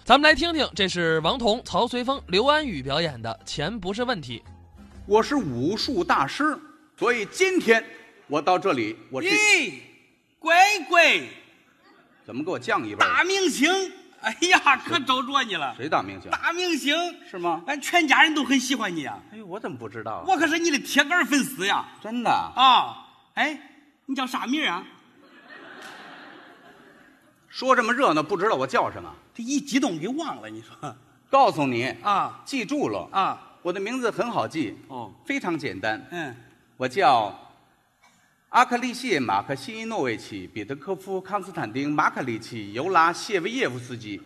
咱们来听听，这是王彤、曹随风、刘安宇表演的《钱不是问题》。 我是武术大师，所以今天我到这里，我是咦，乖乖， 怎么给我降一辈？ 大明星，哎呀，可找着你了。 谁大明星？ 大明星是吗？ 俺全家人都很喜欢你啊。 哎呦，我怎么不知道啊？ 我可是你的铁杆粉丝呀。 真的啊？哎，你叫啥名啊？ 说这么热闹，不知道我叫什么？ 这一激动给忘了，你说？ 告诉你啊， 记住了啊。 我的名字很好记哦， 非常简单。我叫阿克利谢·马克西诺维奇·彼得科夫·康斯坦丁·马克里奇·尤拉谢维耶夫斯基。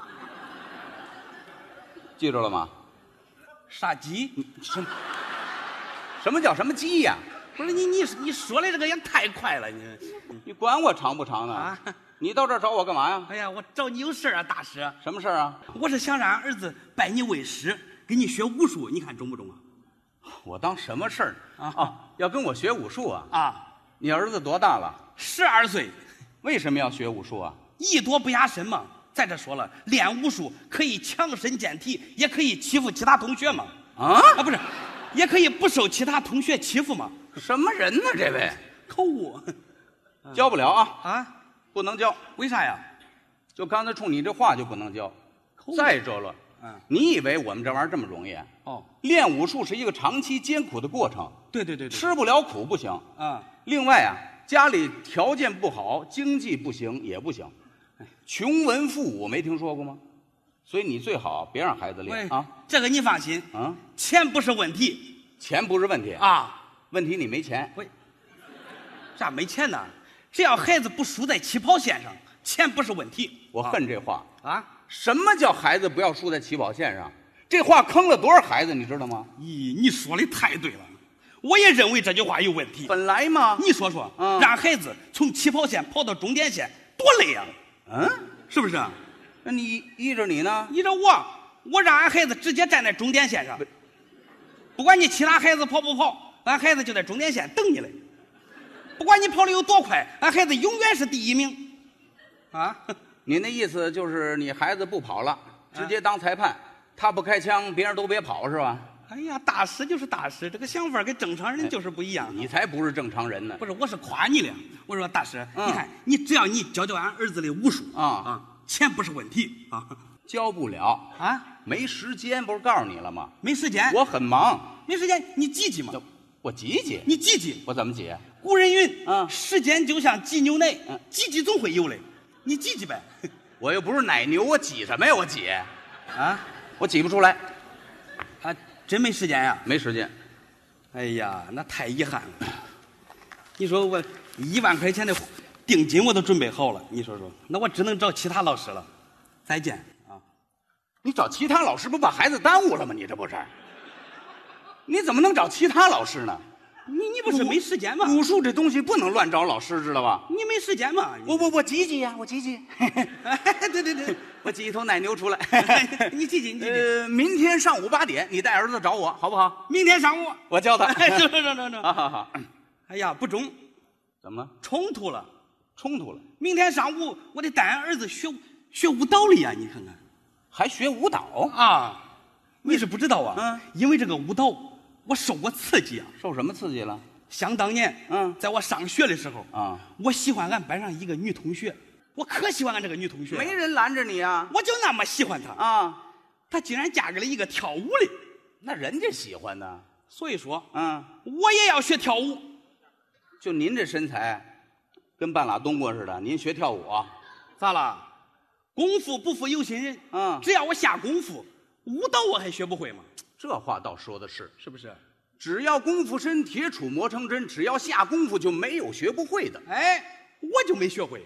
记住了吗？ 杀鸡？ 什么叫什么鸡呀？ 不是你说的这个也太快了， 你管我长不长呢？ 啊！ 你到这儿找我干嘛呀？ 哎呀，我找你有事啊，大师。 什么事啊？ 我是想让俺儿子拜你为师，给你学武术，你看中不中啊？ 我当什么事儿啊？要跟我学武术啊？ 啊！ 你儿子多大了 ？12岁。 为什么要学武术啊？ 艺多不压身嘛。再者说了，练武术可以强身健体，也可以欺负其他同学嘛。啊，不是，也可以不受其他同学欺负嘛。 什么人呢？这位口误， 教不了啊！ 啊， 不能教。 为啥呀？ 就刚才冲你这话就不能教。再者了，你以为我们这玩意儿这么容易？ 哦， 练武术是一个长期艰苦的过程。 对， 吃不了苦不行啊。 另外啊，家里条件不好，经济不行也不行。穷文富武没听说过吗？所以你最好别让孩子练啊。 这个你放心啊，钱不是问题。 钱不是问题啊。 问题你没钱。 喂，啥没钱呢？只要孩子不输在起跑线上，钱不是问题。 我恨这话啊！ 什么叫孩子不要输在起跑线上？这话坑了多少孩子，你知道吗？ 咦，你说的太对了，我也认为这句话有问题。 本来嘛， 你说说，让孩子从起跑线跑到终点线，多累呀！是不是？ 那你依着你呢？ 依着我让俺孩子直接站在终点线上，不管你其他孩子跑不跑，俺孩子就在终点线等你嘞。不管你跑的有多快，俺孩子永远是第一名。啊， 你那意思就是你孩子不跑了，直接当裁判，他不开枪，别人都别跑是吧？ 哎呀，大师就是大师，这个想法跟正常人就是不一样。 你才不是正常人呢！ 不是，我是夸你的。我说大师，你看，你只要你教俺儿子的武术钱不是问题啊。 教不了啊， 没时间，不是告诉你了吗？ 没时间， 我很忙， 没时间，你挤挤嘛。 我挤挤， 你挤挤， 我怎么挤？ 古人云，时间就像挤牛奶，挤挤总会有嘞。你挤挤呗。 我又不是奶牛，我挤什么呀？我挤啊， 我挤不出来。 啊，真没时间呀？ 没时间。 哎呀，那太遗憾了。你说我1万块钱的定金我都准备好了，你说说，那我只能找其他老师了。再见啊！ 你找其他老师不把孩子耽误了吗？你这不是？你怎么能找其他老师呢？ 你不是没时间吗？ 武术这东西不能乱找老师，知道吧？ 你没时间吗？ 我挤挤呀，我挤挤。 对， 我挤一头奶牛出来。 你挤挤。 明天上午8点，你带儿子找我，好不好？ 明天上午我教他。 行。 好。 哎呀，不中。 怎么了？ 冲突了。明天上午我得带俺儿子学舞蹈了呀，你看看。 还学舞蹈啊？你是不知道啊？因为这个舞蹈。我受过刺激啊！ 受什么刺激了？ 想当年，在我上学的时候我喜欢俺班上一个女同学，我可喜欢俺这个女同学。 没人拦着你啊！ 我就那么喜欢她啊！她竟然嫁给了一个跳舞的， 那人家喜欢呢。 所以说，我也要学跳舞。 就您这身材，跟半拉冬瓜似的，您学跳舞啊？ 咋了？功夫不负有心人。只要我下功夫，舞蹈我还学不会吗？ 这话倒说的是不是？ 只要功夫深，铁杵磨成针。只要下功夫，就没有学不会的。 哎，我就没学会。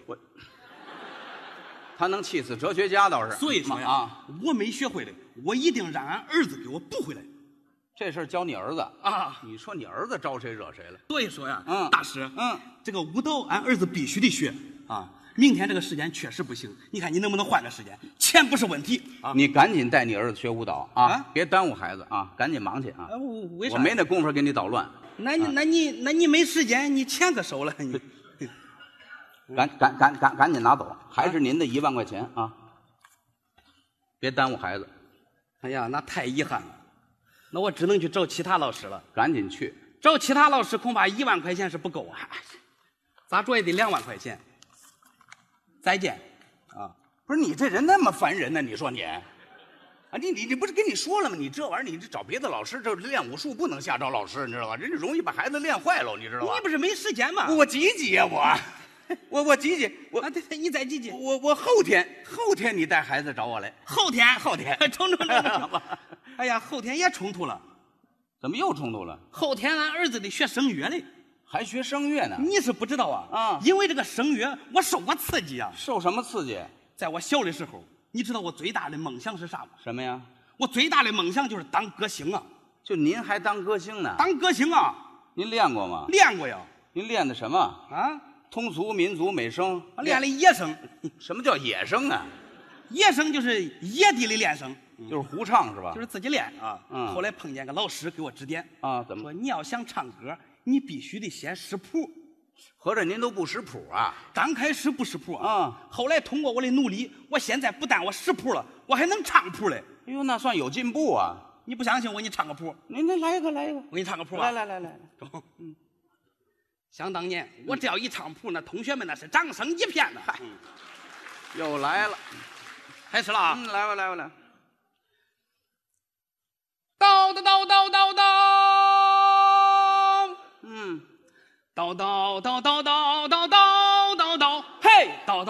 他能气死哲学家倒是。 所以说呀，我没学会的，我一定让俺儿子给我补回来。 这事儿教你儿子啊？ 你说你儿子招谁惹谁了？ 所以说呀，大师，这个舞蹈俺儿子必须得学啊。明天这个时间确实不行，你看你能不能换个时间？钱不是问题啊！ 你赶紧带你儿子学舞蹈啊！别耽误孩子啊！赶紧忙去啊！ 为啥？ 我没那功夫给你捣乱。 那你没时间，你钱可收了你。 赶紧拿走，还是您的1万块钱啊！ 别耽误孩子。 哎呀，那太遗憾了，那我只能去找其他老师了。 赶紧去。 找其他老师恐怕1万块钱是不够啊，咋着也得2万块钱。再见，啊， 不是你这人那么烦人呢？你说你，啊，你不是跟你说了吗？你这玩意儿，你这找别的老师，这练武术不能瞎找老师，你知道吧？人家容易把孩子练坏了，你知道吧？ 你不是没时间吗？ 我急急呀，我急急， 啊，对，你再急急。 我后天你带孩子找我来。 后天，冲。哎呀，后天也冲突了。 怎么又冲突了？ 后天俺儿子得学声乐嘞， 还学声乐呢？ 你是不知道啊。 啊， 因为这个声乐，我受过刺激啊。 受什么刺激？ 在我小的时候，你知道我最大的梦想是啥吗？ 什么呀？ 我最大的梦想就是当歌星啊。 就您还当歌星呢？ 当歌星啊？ 您练过吗？ 练过呀。 您练的什么？ 啊？ 通俗民族美声。 练的野声。 什么叫野声啊？ 野声就是野地里练声。 就是胡唱是吧？ 就是自己练啊。后来碰见个老师给我指点啊，怎么说？你要想唱歌，你必须得先识谱。 合着您都不识谱啊？ 刚开始不识谱啊，后来通过我的努力，我现在不但我识谱了，我还能唱谱嘞。 哎呦，那算有进步啊！ 你不相信我，给你唱个谱。 您来一个， 我给你唱个谱啊！ 来。 想当年我只要一唱谱，那同学们那是掌声一片呢。嗨， 又来了， 开始了啊！ 来吧。 叨，嘿，叨，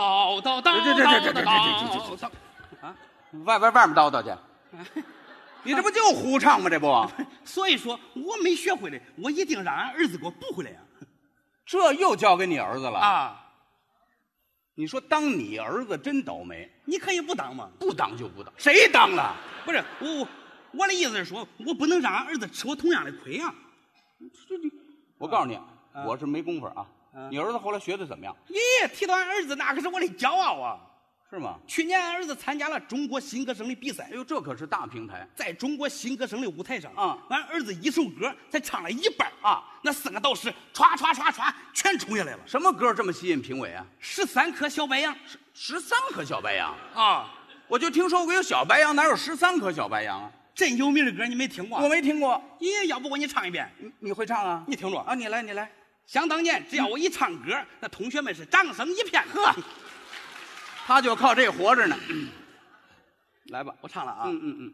啊，外面叨叨去，你这不就胡唱吗？这不， 所以说我没学会的，我一定让俺儿子给我补回来呀。 这又交给你儿子了啊？ 你说当你儿子真倒霉， 你可以不当吗？ 不当就不当，谁当了？ 不是我的意思是说，我不能让俺儿子吃我同样的亏呀。 我告诉你，我是没工夫啊。你儿子后来学的怎么样？ 咦，提到俺儿子，那可是我的骄傲啊！ 是吗？ 去年俺儿子参加了中国新歌声的比赛， 哎呦，这可是大平台。 在中国新歌声的舞台上啊， 俺儿子一首歌才唱了一半啊，那4个导师唰全冲下来了。 什么歌这么吸引评委啊 ？13颗小白杨 ，13颗小白杨啊！ 我就听说过有小白杨，哪有13颗小白杨啊？ 真有名的歌你没听过？ 我没听过。 咦，要不我给你唱一遍？ 你会唱啊？ 你听着啊，你来。 想当年，只要我一唱歌，那同学们是掌声一片。 呵，他就靠这活着呢。来吧， 我唱了啊。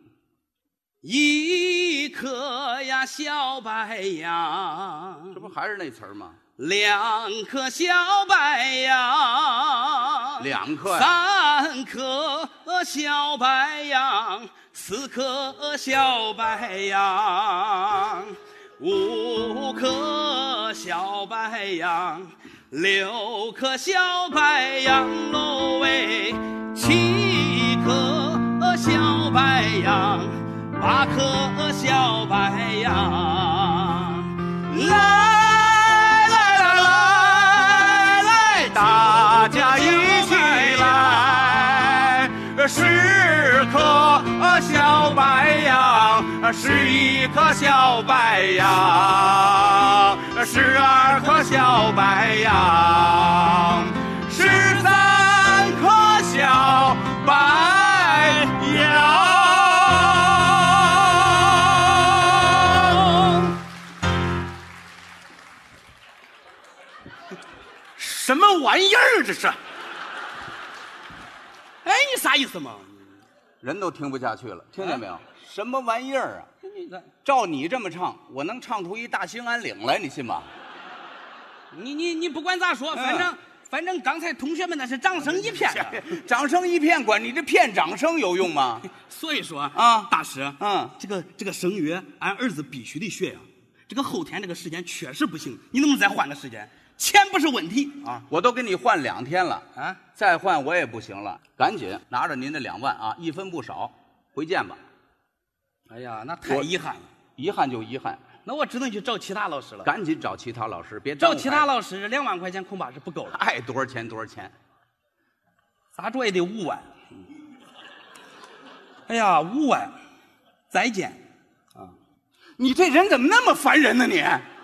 一颗呀小白杨， 这不还是那词儿吗 ？2颗小白杨 ，2颗呀 ，3颗小白杨，4颗小白杨，5颗小白杨，6颗小白杨喽喂，7颗小白杨，8颗小白杨，来，大家一起来，10颗小白杨，11颗小白杨，12颗小白杨，13颗小白杨。什么玩意儿这是？哎，你啥意思嘛？ 人都听不下去了，听见没有？什么玩意儿啊？照你这么唱，我能唱出一大兴安岭来，你信吗？ 你不管咋说，反正刚才同学们那是掌声一片的， 掌声一片，管你这片掌声有用吗？ 所以说啊， 大师，这个声乐，俺儿子必须得学呀。这个后天这个时间确实不行，你能不能再换个时间？钱不是问题啊， 我都给你换2天了啊， 再换我也不行了，赶紧拿着您的2万啊，1分不少，回见吧。 哎呀，那太遗憾了， 遗憾就遗憾， 那我只能去找其他老师了。 赶紧找其他老师，别找其他老师，2万块钱恐怕是不够了。 爱多少钱多少钱， 咋着也得5万。哎呀，5万，再见啊！ 你这人怎么那么烦人呢你？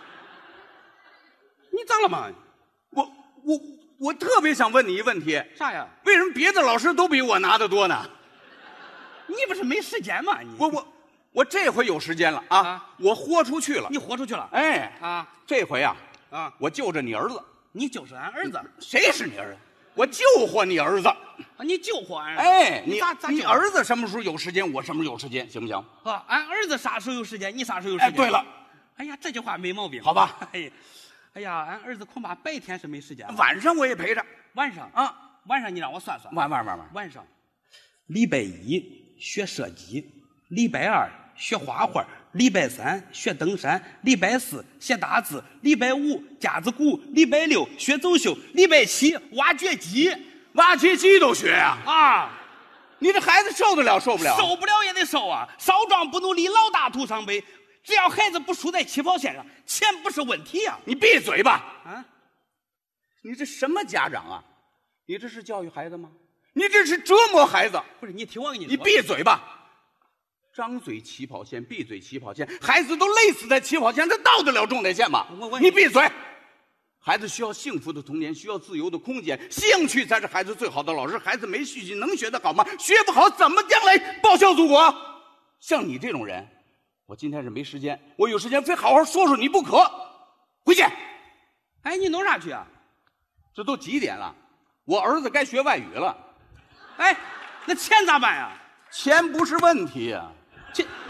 你咋了嘛？ 我特别想问你一问题。 啥呀？ 为什么别的老师都比我拿得多呢？ 你你不是没时间吗？你我这回有时间了啊！ 啊我豁出去了。 你豁出去了？ 哎啊这回啊， 啊！ 我救着你儿子。 你就是俺儿子， 谁是你儿子？我救活你儿子。 你救活俺儿子。 哎，你你咋救儿子什么时候有时间，我什么时候有时间，行不行？ 啊？俺儿子啥时候有时间，你啥时候有时间？ 哎，对了， 哎呀，这句话没毛病， 好吧？ 哎呀，俺儿子恐怕白天是没时间了， 晚上我也陪着晚上啊。 晚上你让我算算，晚上，礼拜一学射击，礼拜二学画画，礼拜三学登山，礼拜四写大字，礼拜五架子鼓，礼拜六学走秀，礼拜七挖掘机， 挖掘机都学呀！ 啊， 你这孩子受得了受不了？ 受不了也得受啊！少壮不努力，老大徒伤悲。只要孩子不输在起跑线上，钱不是问题呀！ 你闭嘴吧！ 啊， 你这什么家长啊？你这是教育孩子吗？你这是折磨孩子！ 不是你听我跟你说， 你闭嘴吧！张嘴起跑线，闭嘴起跑线，孩子都累死在起跑线，他到得了终点线吗？你闭嘴！孩子需要幸福的童年，需要自由的空间，兴趣才是孩子最好的老师。孩子没兴趣能学得好吗？学不好怎么将来报效祖国？像你这种人，我今天是没时间，我有时间非好好说说你不可。回去。 哎，你弄啥去啊？ 这都几点了？我儿子该学外语了。 哎，那钱咋办呀？ 钱不是问题呀、 钱